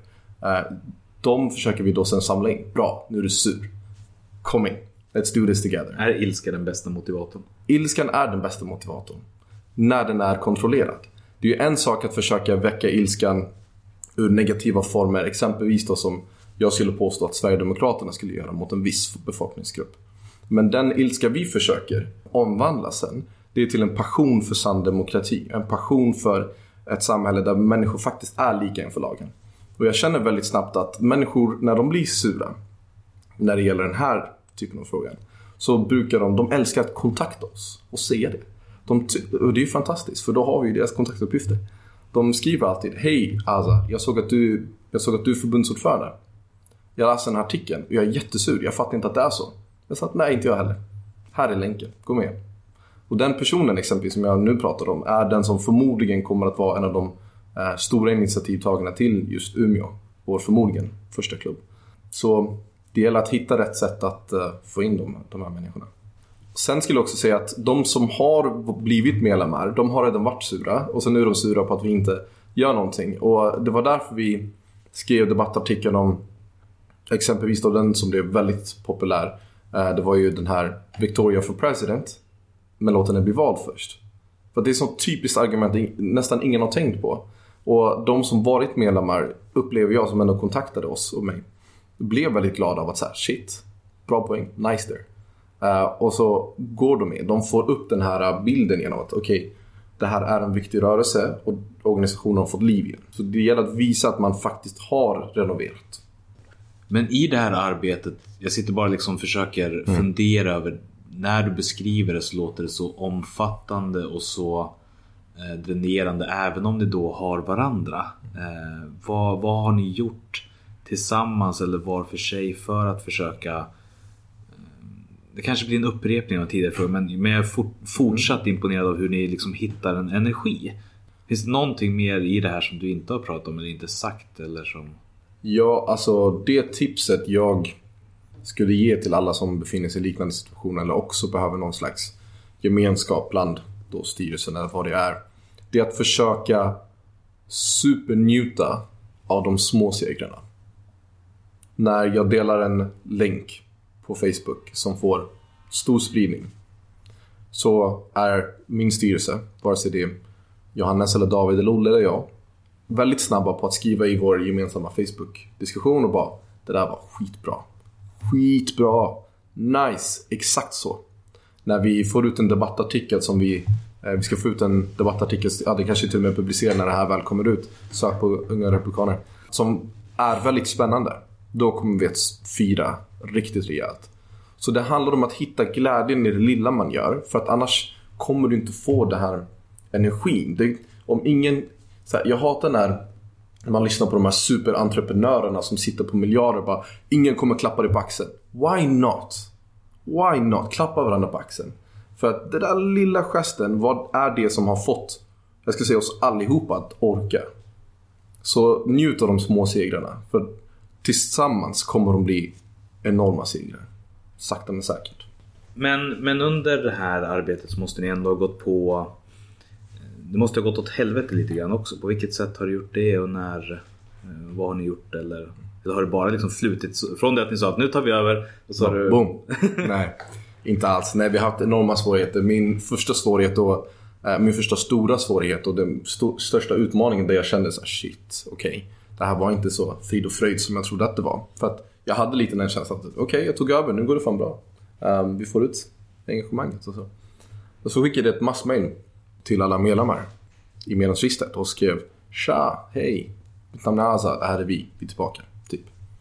de försöker vi då sen samla in. Bra, nu är du sur. Kom in. Let's do this together. Är ilska den bästa motivatorn? Ilskan är den bästa motivatorn. När den är kontrollerad. Det är ju en sak att försöka väcka ilskan ur negativa former. Exempelvis då som jag skulle påstå att Sverigedemokraterna skulle göra mot en viss befolkningsgrupp. Men den ilska vi försöker omvandla sen, det är till en passion för sann demokrati. En passion för ett samhälle där människor faktiskt är lika inför lagen. Och jag känner väldigt snabbt att människor, när de blir sura när det gäller den här typen av frågan, så brukar de älskar att kontakta oss och säga det. Och det är ju fantastiskt, för då har vi ju deras kontaktuppgifter. De skriver alltid: hej Aza, jag såg att du är förbundsordförande. Jag läste den här artikeln och jag är jättesur, jag fattar inte att det är så. Jag sa att nej, inte jag heller. Här är länken, gå med. Och den personen exempelvis som jag nu pratar om är den som förmodligen kommer att vara en av de stora initiativtagarna till just Umeå, vår förmodligen första klubb. Så det gäller att hitta rätt sätt att få in de här människorna. Sen skulle jag också säga att de som har blivit medlemmar, de har redan varit sura. Och sen nu är de sura på att vi inte gör någonting. Och det var därför vi skrev debattartikeln om exempelvis då den som blev väldigt populär. Det var ju den här Victoria for President. Men låt henne bli vald först. För det är ett sånt typiskt argument nästan ingen har tänkt på. Och de som varit medlemmar upplever jag som ändå kontaktade oss och mig. Blev väldigt glada av att säga shit, bra poäng, nice there. Och så går de med. De får upp den här bilden genom att okej, det här är en viktig rörelse och organisationen har fått liv igen. Så det gäller att visa att man faktiskt har renoverat. Men i det här arbetet, jag sitter bara liksom försöker fundera över, när du beskriver det så låter det så omfattande och så dränerande, även om ni då har varandra. Vad har ni gjort tillsammans eller var för sig för att försöka, det kanske blir en upprepning av tidigare frågor, men jag är fortsatt imponerad av hur ni liksom hittar en energi. Finns det någonting mer i det här som du inte har pratat om eller inte sagt eller som... Ja, alltså det tipset jag skulle ge till alla som befinner sig i liknande situationer eller också behöver någon slags gemenskap bland då styrelsen eller vad det är att försöka supernjuta av de små segrarna. När jag delar en länk på Facebook som får stor spridning, så är min styrelse, vare sig det är Johannes eller David eller Olle eller jag, väldigt snabba på att skriva i vår gemensamma Facebook-diskussion och bara, det där var skitbra, nice, exakt så. När vi får ut en debattartikel som vi ska få ut en debattartikel, det kanske till och med publicerar när det här väl kommer ut, sök på Unga Republikaner, som är väldigt spännande, då kommer vi att fira riktigt rejält. Så det handlar om att hitta glädjen i det lilla man gör, för att annars kommer du inte få det här energin. Om ingen, så här, jag hatar när man lyssnar på de här superentreprenörerna som sitter på miljarder och bara, ingen kommer klappa dig på axeln. Why not? Klappa varandra på axeln. För att det där lilla gesten, vad är det som har fått, jag ska säga oss allihopa, att orka? Så njut av de små segrarna, för tillsammans kommer de bli enorma segrar. Sakta men säkert. Men under det här arbetet så måste ni ändå ha gått på, det måste ha gått åt helvete lite grann också. På vilket sätt har du gjort det och när, vad har ni gjort? Eller har det bara liksom flutit från det att ni sa att nu tar vi över och så har du... Boom. Nej, inte alls. Nej, vi har haft enorma svårigheter. Min första svårighet och min första stora svårighet och den största utmaningen där jag kände så här, shit, okej. Det här var inte så frid och fröjd som jag trodde att det var. För att jag hade lite den känslan att okej, jag tog över, nu går det fan bra. Vi får ut engagemanget och så. Och så skickade jag ett massmail till alla medlemmar i medlemsregistret och skrev: tja, hej, mitt namn är Azad, det här är vi är tillbaka, typ.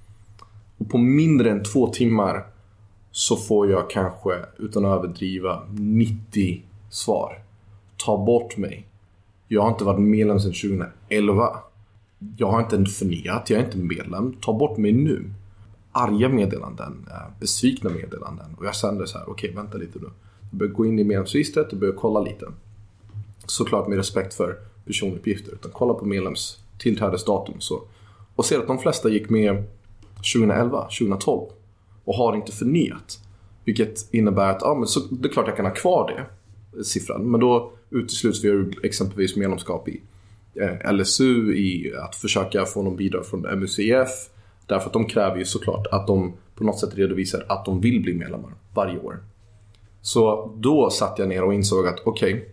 Och på mindre än 2 timmar så får jag kanske, utan att överdriva, 90 svar. Ta bort mig. Jag har inte varit medlem sedan 2011. Jag har inte förnyat, jag är inte medlem. Ta bort mig nu. Arga meddelanden, besvikna meddelanden. Och jag kände så här, okej, vänta lite nu. Jag började gå in i medlemsregistret och började kolla lite. Såklart med respekt för personuppgifter. Utan kolla på medlems tillträdesdatum så. Och ser att de flesta gick med 2011, 2012. Och har inte förnyat. Vilket innebär att men så, det är klart jag kan ha kvar det siffran. Men då utesluts vi exempelvis medlemskap i LSU, i att försöka få någon bidrag från MUCF. Därför att de kräver ju såklart att de på något sätt redovisar att de vill bli medlemmar varje år. Så då satt jag ner och insåg att okej,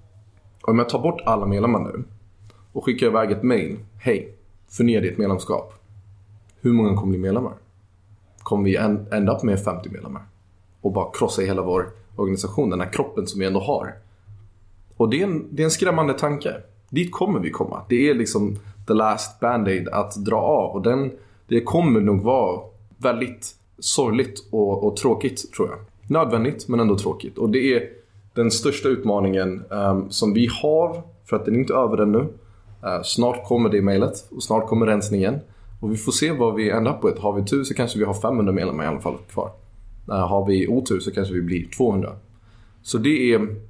om jag tar bort alla medlemmar nu och skickar iväg ett mail: hej, förnya ditt medlemskap. Hur många kommer bli medlemmar? Kommer vi ända upp med 50 medlemmar? Och bara krossa i hela vår organisation, den här kroppen som vi ändå har. Och det är en skrämmande tanke. Dit kommer vi komma. Det är liksom the last band-aid att dra av. Och det kommer nog vara väldigt sorgligt och tråkigt, tror jag. Nödvändigt, men ändå tråkigt. Och det är den största utmaningen som vi har, för att den är inte över än nu. Snart kommer det mejlet och snart kommer rensningen. Och vi får se vad vi ändrar på. Har vi tur så kanske vi har 500 medlemmar i alla fall kvar. Har vi otur så kanske vi blir 200. Så det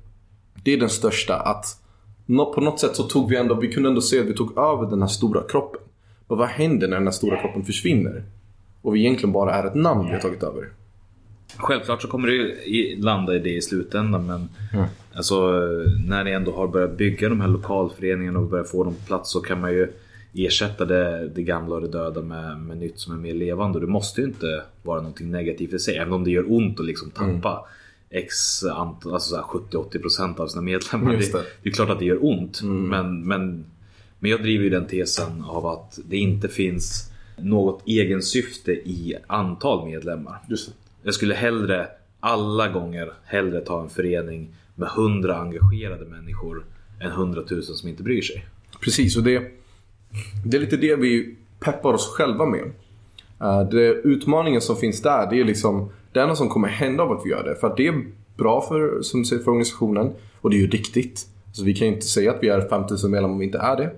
är den största, att på något sätt så tog vi kunde ändå se att vi tog över den här stora kroppen. Och vad händer när den här stora kroppen försvinner? Och vi egentligen bara är ett namn vi har tagit över. Självklart så kommer det landa i det i slutändan, men alltså, när ni ändå har börjat bygga de här lokalföreningarna och börjat få dem på plats, så kan man ju ersätta det gamla och det döda med nytt som är mer levande. Och det måste ju inte vara någonting negativt i sig, även om det gör ont att liksom tappa alltså 70-80% av sina medlemmar. Det är klart att det gör ont. Men jag driver ju den tesen av att det inte finns något egensyfte i antal medlemmar. Just det. Jag skulle alla gånger hellre ta en förening med 100 engagerade människor än 100 000 som inte bryr sig. Precis, och det är lite det vi peppar oss själva med. Utmaningen som finns där, det är liksom det enda som kommer hända av att vi gör det. För att det är bra för organisationen, och det är ju riktigt. Så vi kan ju inte säga att vi är 5000 medlemmar om vi inte är det.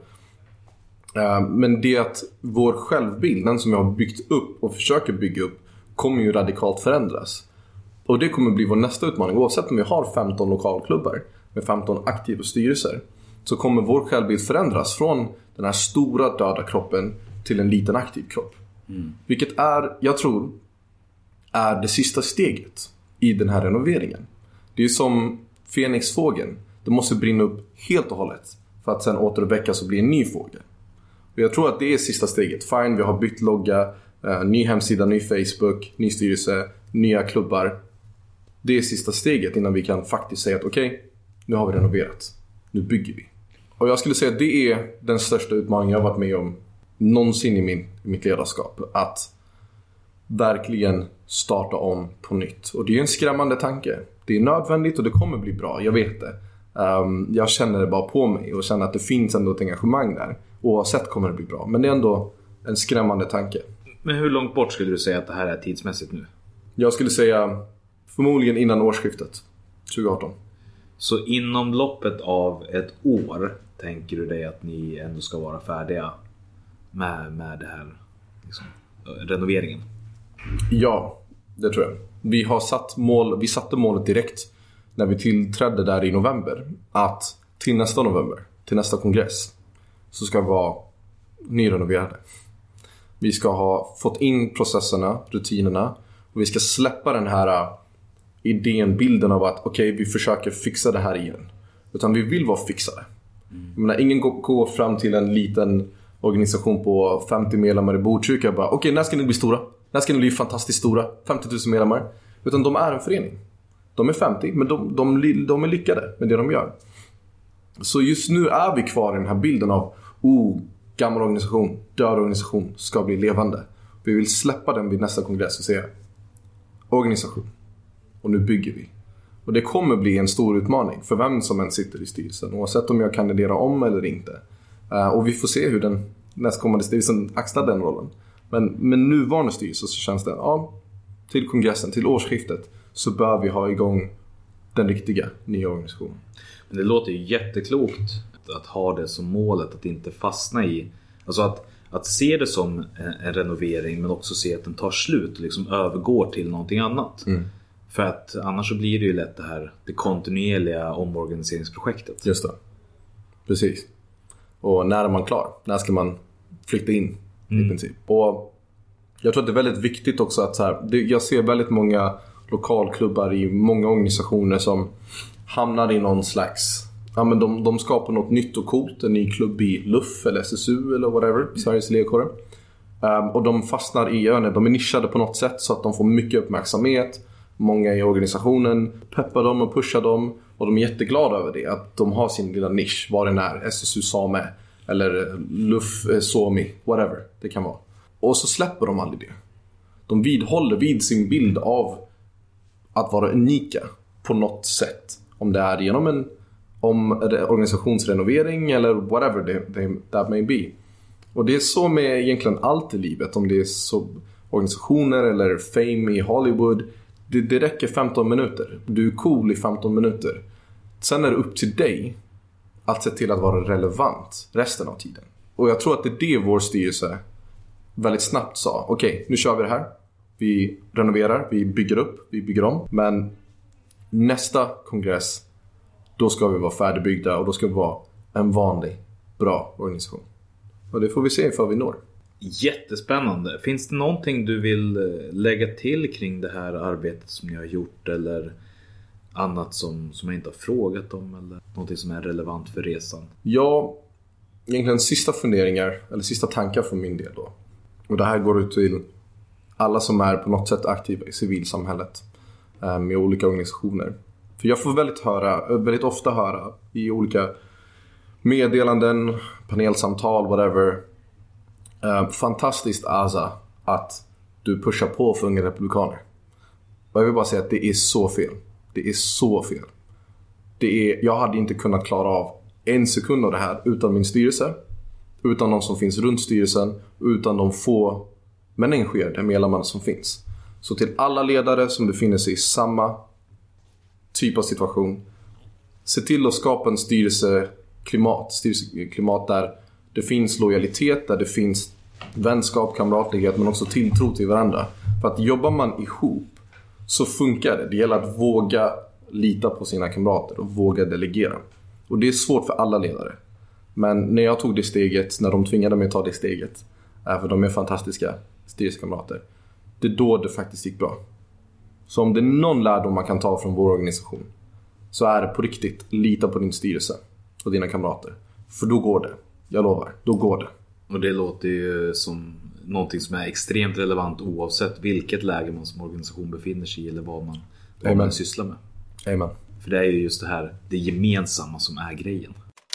Men det är att vår självbild, den som jag har byggt upp och försöker bygga upp, kommer ju radikalt förändras. Och det kommer bli vår nästa utmaning. Oavsett om vi har 15 lokalklubbar med 15 aktiva styrelser, så kommer vår självbild förändras från den här stora döda kroppen till en liten aktiv kropp. Vilket jag tror är det sista steget i den här renoveringen. Det är som Fenixfågeln. Det måste brinna upp helt och hållet för att sen återuppväckas och bli en ny fågel. Och jag tror att det är sista steget. Fine, vi har bytt logga, ny hemsida, ny Facebook, ny styrelse, nya klubbar. Det är sista steget innan vi kan faktiskt säga att okej, nu har vi renoverat. Nu bygger vi. Och jag skulle säga att det är den största utmaningen jag har varit med om någonsin i mitt ledarskap. Att verkligen starta om på nytt. Och det är en skrämmande tanke. Det är nödvändigt och det kommer bli bra, jag vet det. Jag känner det bara på mig och känner att det finns ändå ett engagemang där. Oavsett kommer det bli bra. Men det är ändå en skrämmande tanke. Men hur långt bort skulle du säga att det här är tidsmässigt nu? Jag skulle säga förmodligen innan årsskiftet 2018. Så inom loppet av ett år tänker du dig att ni ändå ska vara färdiga med det här liksom, renoveringen? Ja, det tror jag. Vi satte målet direkt när vi tillträdde där i november, att till nästa november, till nästa kongress, så ska vi vara nyrenoverade. Vi ska ha fått in processerna, rutinerna, och vi ska släppa den här idén, bilden av att okej, vi försöker fixa det här igen. Utan vi vill vara fixade. Jag menar, ingen går fram till en liten organisation på 50 medlemmar i Botkyrka och bara okej, när ska ni bli stora? När ska ni bli fantastiskt stora? 50 000 medlemmar. Utan de är en förening. De är 50, men de är lyckade med det de gör. Så just nu är vi kvar i den här bilden av gammal organisation, död organisation ska bli levande. Vi vill släppa den vid nästa kongress och säga organisation. Och nu bygger vi. Och det kommer bli en stor utmaning för vem som än sitter i styrelsen, oavsett om jag kandiderar om eller inte. Och vi får se hur den nästkommande styrelsen axlar den rollen. Men med nuvarande styrelse så känns det, till kongressen, till årsskiftet, så bör vi ha igång den riktiga nya organisationen. Men det låter ju jätteklokt att ha det som målet, att inte fastna i, alltså att se det som en renovering, men också se att den tar slut och liksom övergår till någonting annat. För att annars så blir det ju lätt det kontinuerliga omorganiseringsprojektet. Just det. Precis. Och när är man klar? När ska man flytta in i princip? Och jag tror att det är väldigt viktigt också att jag ser väldigt många lokalklubbar i många organisationer som hamnar i någon slags, men de skapar något nytt och coolt, en ny klubb i LUF eller SSU eller whatever, Sveriges Elevkårer. Och de fastnar i de är nischade på något sätt så att de får mycket uppmärksamhet. Många i organisationen peppar dem och pushar dem, och de är jätteglada över det, att de har sin lilla nisch, vad den är, SSU Same eller LUF Somi, whatever det kan vara. Och så släpper de aldrig det. De vidhåller vid sin bild av att vara unika på något sätt. Om det är genom en organisationsrenovering eller whatever that may be. Och det är så med egentligen allt i livet. Om det är så organisationer eller fame i Hollywood. Det räcker 15 minuter. Du är cool i 15 minuter. Sen är det upp till dig att se till att vara relevant resten av tiden. Och jag tror att det är det vår styrelse väldigt snabbt sa. Okej, nu kör vi det här. Vi renoverar, vi bygger upp, vi bygger om. Men nästa kongress, då ska vi vara färdigbyggda och då ska vi vara en vanlig, bra organisation. Och det får vi se för vi når. Jättespännande. Finns det någonting du vill lägga till kring det här arbetet som ni har gjort, eller annat som jag inte har frågat om, eller någonting som är relevant för resan? Ja, egentligen sista funderingar eller sista tankar från min del då. Och det här går ut till alla som är på något sätt aktiva i civilsamhället. med olika organisationer. För jag får väldigt ofta höra i olika meddelanden, panelsamtal, whatever. Fantastiskt Aza att du pushar på för unga republikaner. Och jag vill bara säga att det är så fel. Det är så fel. Jag hade inte kunnat klara av en sekund av det här utan min styrelse, utan de som finns runt styrelsen, utan de få människor, medlemmarna som finns. Så till alla ledare som befinner sig i samma typ av situation, se till att skapa en styrelseklimat där det finns lojalitet, där det finns vänskap, kamratlighet, men också tilltro till varandra. För att jobbar man ihop så funkar det. Det gäller att våga lita på sina kamrater och våga delegera. Och det är svårt för alla ledare. Men när jag tog det steget, när de tvingade mig att ta det steget, för de är fantastiska styrelsekamrater, det är då det faktiskt gick bra. Så om det är någon lärdom man kan ta från vår organisation, så är det på riktigt, lita på din styrelse och dina kamrater. För då går det. Jag lovar, då går det. Och det låter ju som någonting som är extremt relevant oavsett vilket läge man som organisation befinner sig i eller vad man sysslar med. Amen. För det är ju just det här, det gemensamma som är grejen.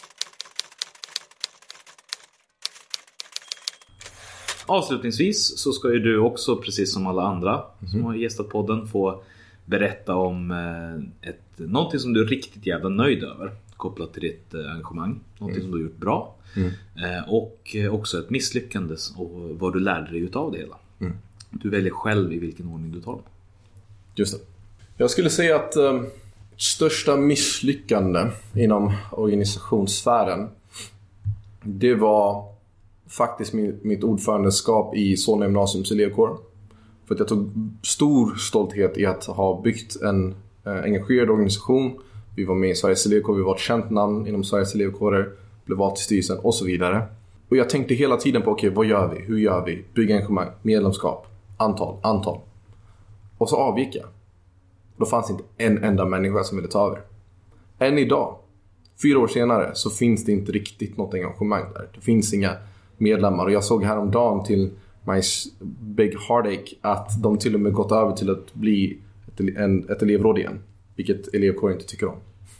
Avslutningsvis så ska ju du också, precis som alla andra som har gästat podden, få berätta om någonting som du är riktigt jävla nöjd över kopplat till ditt engagemang. Någonting som du har gjort bra. Och också ett misslyckande och vad du lärde dig utav det hela. Du väljer själv i vilken ordning du tar dem. Just det. Jag skulle säga att största misslyckande inom organisationssfären, det var faktiskt mitt ordförandeskap i Solna gymnasiums elevkår. För att jag tog stor stolthet i att ha byggt en engagerad organisation. Vi var med i Sveriges elevkår, vi var ett känt namn inom Sveriges elevkårer, blev valt till styrelsen och så vidare. Och jag tänkte hela tiden på okej, vad gör vi? Hur gör vi? Bygga engagemang, medlemskap, antal. Och så avgick jag. Då fanns inte en enda människa som ville ta över. Än idag, 4 år senare, så finns det inte riktigt något engagemang där. Det finns inga medlemmar. Och jag såg häromdagen till my big heartache att de till och med gått över till att bli ett elevråd igen. Vilket elevkåren inte tycker om.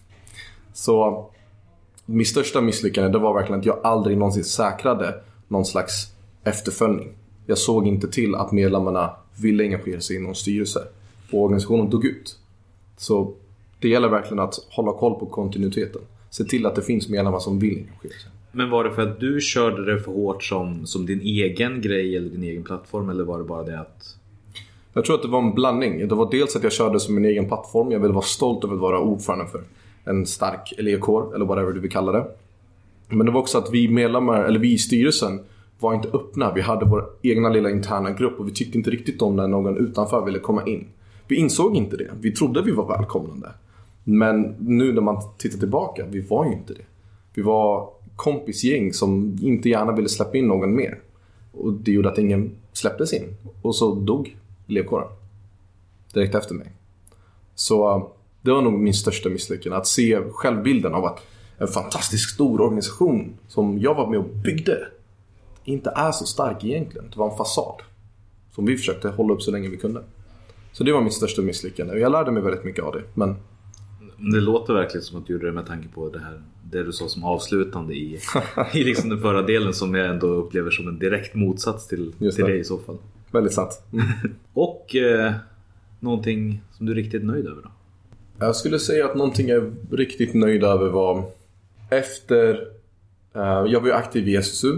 Så min största misslyckande, det var verkligen att jag aldrig någonsin säkrade någon slags efterföljning. Jag såg inte till att medlemmarna ville engagera sig i någon styrelse. Och organisationen dog ut. Så det gäller verkligen att hålla koll på kontinuiteten. Se till att det finns medlemmar som vill engagera sig. Men var det för att du körde det för hårt som din egen grej eller din egen plattform, eller var det bara det att... Jag tror att det var en blandning. Det var dels att jag körde som min egen plattform. Jag ville vara stolt över att vara ordförande för en stark elevkår, eller whatever du vill kalla det. Men det var också att vi medlemmar, eller vi i styrelsen, var inte öppna. Vi hade vår egna lilla interna grupp och vi tyckte inte riktigt om när någon utanför ville komma in. Vi insåg inte det. Vi trodde vi var välkomnande. Men nu när man tittar tillbaka, vi var ju inte det. Vi var kompisgäng som inte gärna ville släppa in någon mer. Och det gjorde att ingen släpptes in. Och så dog elevkåren direkt efter mig. Så det var nog min största misslyckande. Att se självbilden av att en fantastisk stor organisation som jag var med och byggde inte är så stark egentligen. Det var en fasad som vi försökte hålla upp så länge vi kunde. Så det var mitt största misslyckande. Jag lärde mig väldigt mycket av det. Men det låter verkligen som att du gjorde det med tanke på det du sa som avslutande i liksom den förra delen, som jag ändå upplever som en direkt motsats till det i så fall. Väldigt sant. Och någonting som du är riktigt nöjd över då? Jag skulle säga att någonting jag är riktigt nöjd över var efter... jag var ju aktiv i SSU.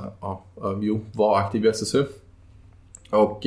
Var aktiv i SSU. Och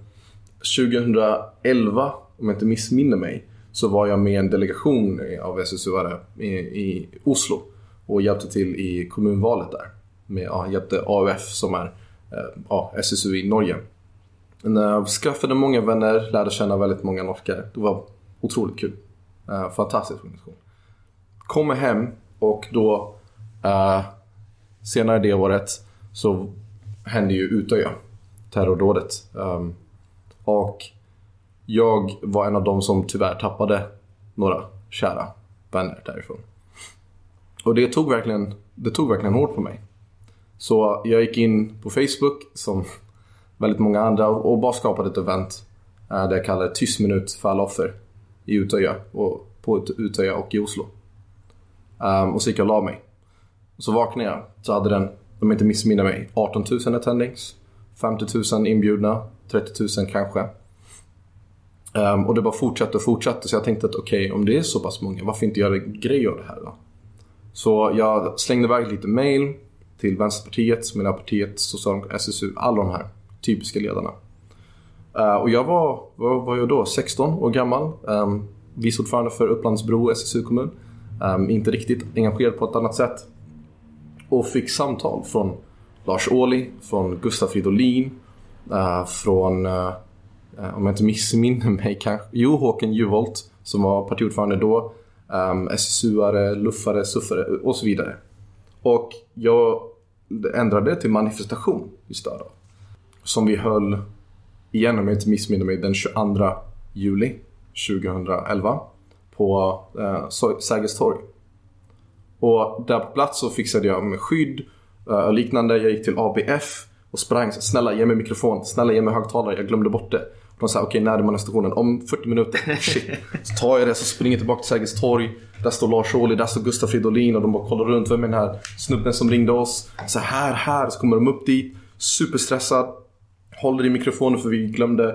2011, om jag inte missminner mig, så var jag med i en delegation av SSU-are i Oslo och hjälpte till i kommunvalet där. Hjälpte AUF som är SSU i Norge. Skaffade många vänner, lärde känna väldigt många norskare. Det var otroligt kul. Fantastisk organisation. Kommer hem och då senare det året så hände ju Utöja, terrordådet. Och jag var en av dem som tyvärr tappade några kära vänner därifrån. Och det tog verkligen hårt på mig. Så jag gick in på Facebook som väldigt många andra och bara skapade ett event Där jag kallade tyst minut för alla offer i Utöja och på Utöja och i Oslo. Och så gick jag och la mig. Och så vaknade jag. Så hade den, om jag inte missminner mig, 18 000 attendings, 50 000 inbjudna, 30 000 kanske. Och det bara fortsatte. Så jag tänkte att okej, om det är så pass många, varför inte göra en grej av det här då? Så jag slängde iväg lite mail till Vänsterpartiet, Miljöpartiet, SSU, alla de här typiska ledarna. Och jag var jag då 16 år gammal, vice ordförande för Upplandsbro SSU-kommun. Inte riktigt engagerad på ett annat sätt. Och fick samtal från Lars Ohly, från Gustaf Fridolin, från, om jag inte missminner mig kanske, Håkan Juholt som var partiordförande då, SSU-are, luffare, suffare och så vidare. Och jag ändrade till manifestation i stöd av, som vi höll igen, om jag inte missminner mig, den 22 juli 2011 på Sergels torg. Och där på plats så fixade jag med skydd och liknande. Jag gick till ABF och sprang, snälla ge mig mikrofon, snälla ge mig högtalare, jag glömde bort det. Och de sa okej, när är manifestationen? Om 40 minuter. Shit. Så tar jag det, så springer jag tillbaka till Sergels torg. Där står Lars Ohly, där står Gustaf Fridolin, och de bara kollar runt, vem är den här snubben som ringde oss? Så här, så kommer de upp dit, superstressad, håller i mikrofonen för vi glömde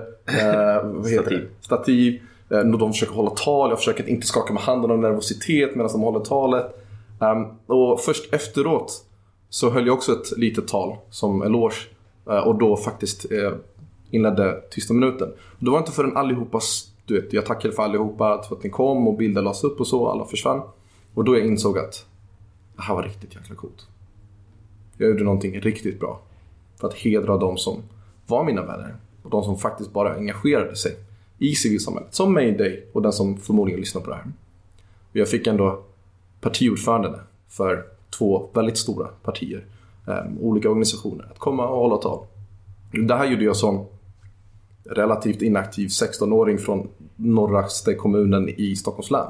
stativ. De försöker hålla tal, jag försöker inte skaka med handen av nervositet medan de håller talet. Och först efteråt så höll jag också ett litet tal som eloge, och då faktiskt inledde tysta minuten. Det var inte förrän allihopa, du vet, jag tackade för allihopa för att ni kom och bilder lades upp och så, alla försvann. Och då jag insåg att det här var riktigt jäkla coolt. Jag gjorde någonting riktigt bra för att hedra de som var mina vänner och de som faktiskt bara engagerade sig i civilsamhället, som mig, dig och den som förmodligen lyssnar på det här. Och jag fick ändå partiordförande för 2 väldigt stora partier, olika organisationer, att komma och hålla tal. Det här gjorde jag som relativt inaktiv 16-åring från norraste kommunen i Stockholms län.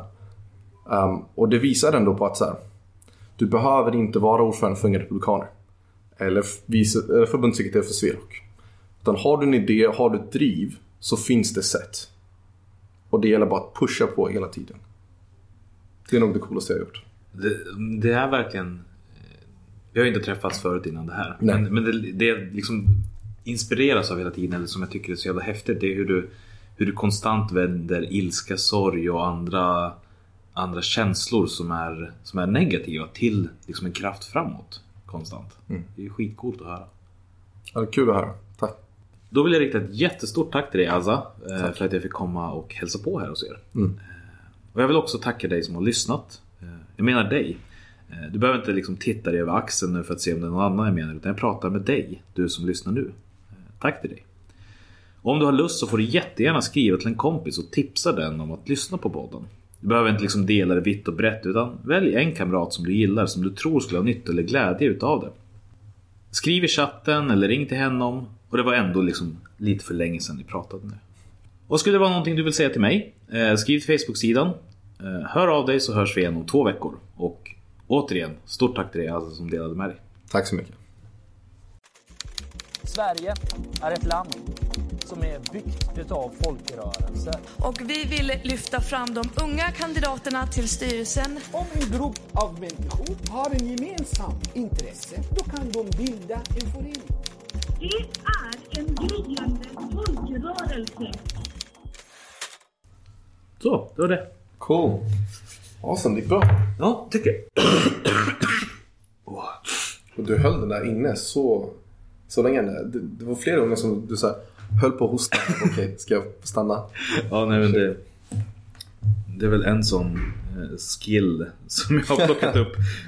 Och det visar ändå på att så här, du behöver inte vara ordförande för Unga Republikaner eller förbundssekreterare för Sverok. Utan har du en idé, har du ett driv, så finns det sätt. Och det gäller bara att pusha på hela tiden. Det är nog det coolaste jag har gjort. Det är verkligen... Vi har ju inte träffats förut innan det här. Men det liksom inspireras av hela tiden, eller som jag tycker är så jävla häftigt, det är hur du konstant vänder ilska, sorg och andra känslor som är negativa till liksom en kraft framåt konstant. Det är skitcoolt att höra. Ja, det är kul att höra. Tack. Då vill jag rikta ett jättestort tack till dig, Azza, för att jag fick komma och hälsa på här hos er. Och jag vill också tacka dig som har lyssnat. Jag menar dig. Du behöver inte liksom titta dig över axeln nu för att se om det är någon annan jag menar, utan jag pratar med dig, du som lyssnar nu. Tack till dig. Och om du har lust så får du jättegärna skriva till en kompis och tipsa den om att lyssna på podden. Du behöver inte liksom dela det vitt och brett, utan välj en kamrat som du gillar, som du tror skulle ha nytta eller glädje utav det. Skriv i chatten eller ring till honom. Och det var ändå liksom lite för länge sedan ni pratade nu. Och skulle det vara någonting du vill säga till mig, skriv till Facebook-sidan. Hör av dig så hörs vi igen om 2 veckor. Och återigen, stort tack till dig alltså, som delade med dig. Tack så mycket. Sverige är ett land som är byggt utav folkrörelser. Och vi vill lyfta fram de unga kandidaterna till styrelsen. Om en grupp av människor har en gemensam intresse, då kan de bilda en förening. Det är en gryende folkrörelse. Så, det var det. Cool. Awesome, det gick bra. Ja, tycker jag. Och du höll den där inne så länge. Det var flera gånger som du så här, höll på att hosta. Okej, ska jag stanna? Ja, nej, men det är väl en sån skill som jag har plockat upp